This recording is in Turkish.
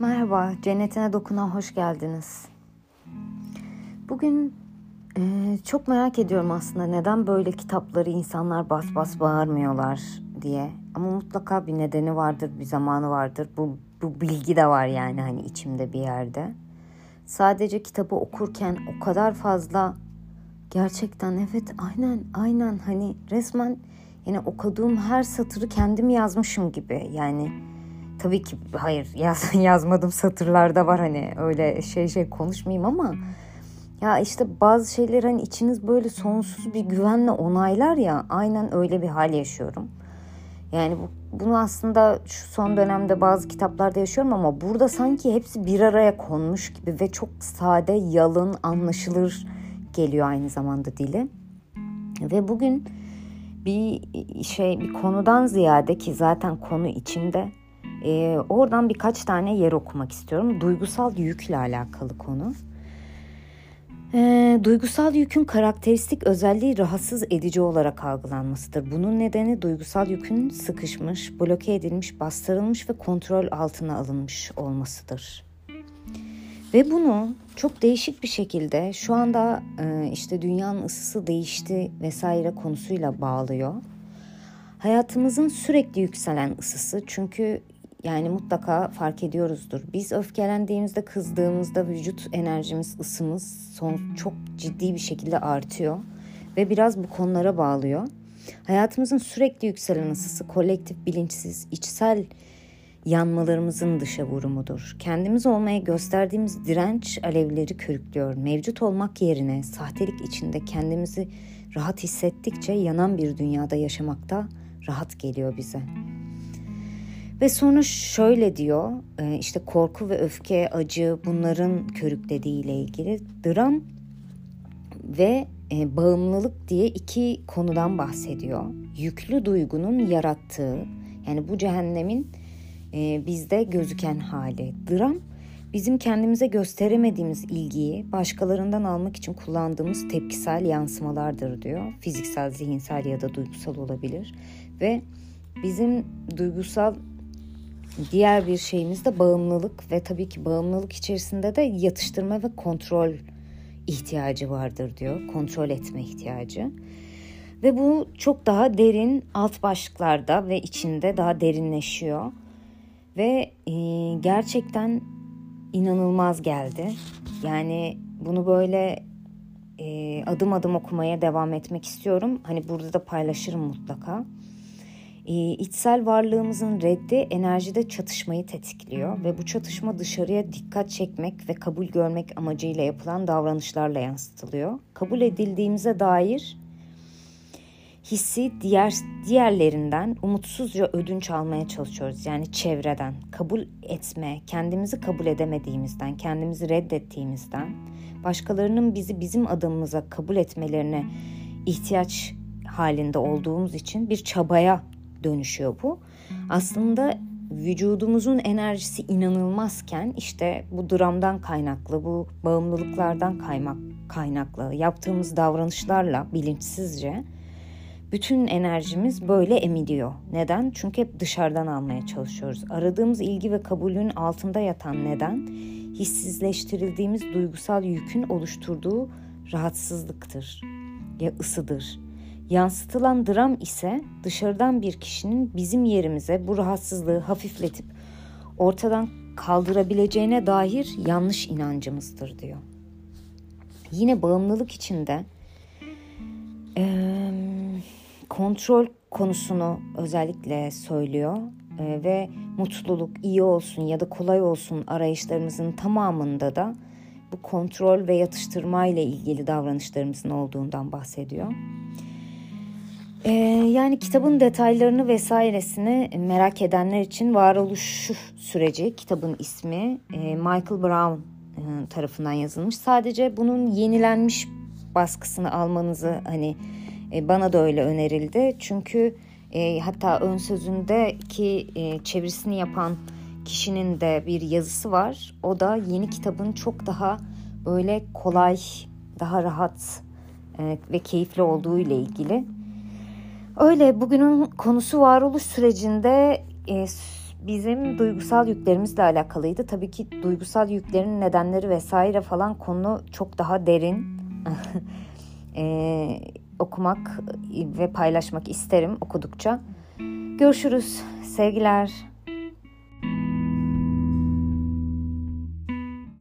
Merhaba, Cennetine Dokunan hoş geldiniz. Bugün çok merak ediyorum aslında neden böyle kitapları insanlar bas bas bağırmıyorlar diye. Ama mutlaka bir nedeni vardır, bir zamanı vardır. Bu bilgi de var yani hani içimde bir yerde. Sadece kitabı okurken o kadar fazla gerçekten evet aynen hani resmen yani okuduğum her satırı kendim yazmışım gibi yani. Tabii ki hayır yazmadığım satırlarda var hani öyle konuşmayayım ama ya işte bazı şeyler hani içiniz böyle sonsuz bir güvenle onaylar ya, aynen öyle bir hal yaşıyorum. Yani bunu aslında şu son dönemde bazı kitaplarda yaşıyorum ama burada sanki hepsi bir araya konmuş gibi ve çok sade, yalın, anlaşılır geliyor aynı zamanda dili. Ve bugün bir konudan ziyade ki zaten konu içinde oradan birkaç tane yer okumak istiyorum. Duygusal yükle alakalı konu. Duygusal yükün karakteristik özelliği rahatsız edici olarak algılanmasıdır. Bunun nedeni duygusal yükün sıkışmış, bloke edilmiş, bastırılmış ve kontrol altına alınmış olmasıdır. Ve bunu çok değişik bir şekilde şu anda işte dünyanın ısısı değişti vesaire konusuyla bağlıyor. Hayatımızın sürekli yükselen ısısı, çünkü yani mutlaka fark ediyoruzdur. Biz öfkelendiğimizde, kızdığımızda vücut enerjimiz, ısımız çok ciddi bir şekilde artıyor. Ve biraz bu konulara bağlıyor. Hayatımızın sürekli yükselen ısısı kolektif, bilinçsiz, içsel yanmalarımızın dışa vurumudur. Kendimiz olmaya gösterdiğimiz direnç alevleri körüklüyor. Mevcut olmak yerine sahtelik içinde kendimizi rahat hissettikçe yanan bir dünyada yaşamakta rahat geliyor bize. Ve sonra şöyle diyor, işte korku ve öfke, acı bunların körüklediği ile ilgili dram ve bağımlılık diye iki konudan bahsediyor. Yüklü duygunun yarattığı, yani bu cehennemin bizde gözüken hali. Dram, bizim kendimize gösteremediğimiz ilgiyi başkalarından almak için kullandığımız tepkisel yansımalardır diyor. Fiziksel, zihinsel ya da duygusal olabilir. Ve bizim duygusal diğer bir şeyimiz de bağımlılık ve tabii ki bağımlılık içerisinde de yatıştırma ve kontrol ihtiyacı vardır diyor. Kontrol etme ihtiyacı. Ve bu çok daha derin alt başlıklarda ve içinde daha derinleşiyor. Ve gerçekten inanılmaz geldi. Yani bunu böyle adım adım okumaya devam etmek istiyorum. Hani burada da paylaşırım mutlaka. İçsel varlığımızın reddi enerjide çatışmayı tetikliyor ve bu çatışma dışarıya dikkat çekmek ve kabul görmek amacıyla yapılan davranışlarla yansıtılıyor. Kabul edildiğimize dair hissi diğerlerinden umutsuzca ödünç almaya çalışıyoruz. Yani çevreden kabul etme, kendimizi kabul edemediğimizden, kendimizi reddettiğimizden, başkalarının bizi bizim adımıza kabul etmelerine ihtiyaç halinde olduğumuz için bir çabaya dönüşüyor bu. Aslında vücudumuzun enerjisi inanılmazken işte bu dramdan kaynaklı, bu bağımlılıklardan kaynaklı yaptığımız davranışlarla bilinçsizce bütün enerjimiz böyle emiliyor. Neden? Çünkü hep dışarıdan almaya çalışıyoruz. Aradığımız ilgi ve kabulün altında yatan neden, hissizleştirildiğimiz duygusal yükün oluşturduğu rahatsızlıktır ya ısıdır. Yansıtılan dram ise dışarıdan bir kişinin bizim yerimize bu rahatsızlığı hafifletip ortadan kaldırabileceğine dair yanlış inancımızdır diyor. Yine bağımlılık içinde kontrol konusunu özellikle söylüyor ve mutluluk, iyi olsun ya da kolay olsun arayışlarımızın tamamında da bu kontrol ve yatıştırma ile ilgili davranışlarımızın olduğundan bahsediyor. Yani kitabın detaylarını vesairesini merak edenler için Varoluş Süreci kitabın ismi, Michael Brown tarafından yazılmış. Sadece bunun yenilenmiş baskısını almanızı hani bana da öyle önerildi. Çünkü hatta ön sözündeki çevirisini yapan kişinin de bir yazısı var. O da yeni kitabın çok daha böyle kolay, daha rahat ve keyifli olduğu ile ilgili. Öyle, bugünün konusu varoluş sürecinde bizim duygusal yüklerimizle alakalıydı. Tabii ki duygusal yüklerin nedenleri vesaire falan konu çok daha derin. Okumak ve paylaşmak isterim okudukça. Görüşürüz. Sevgiler.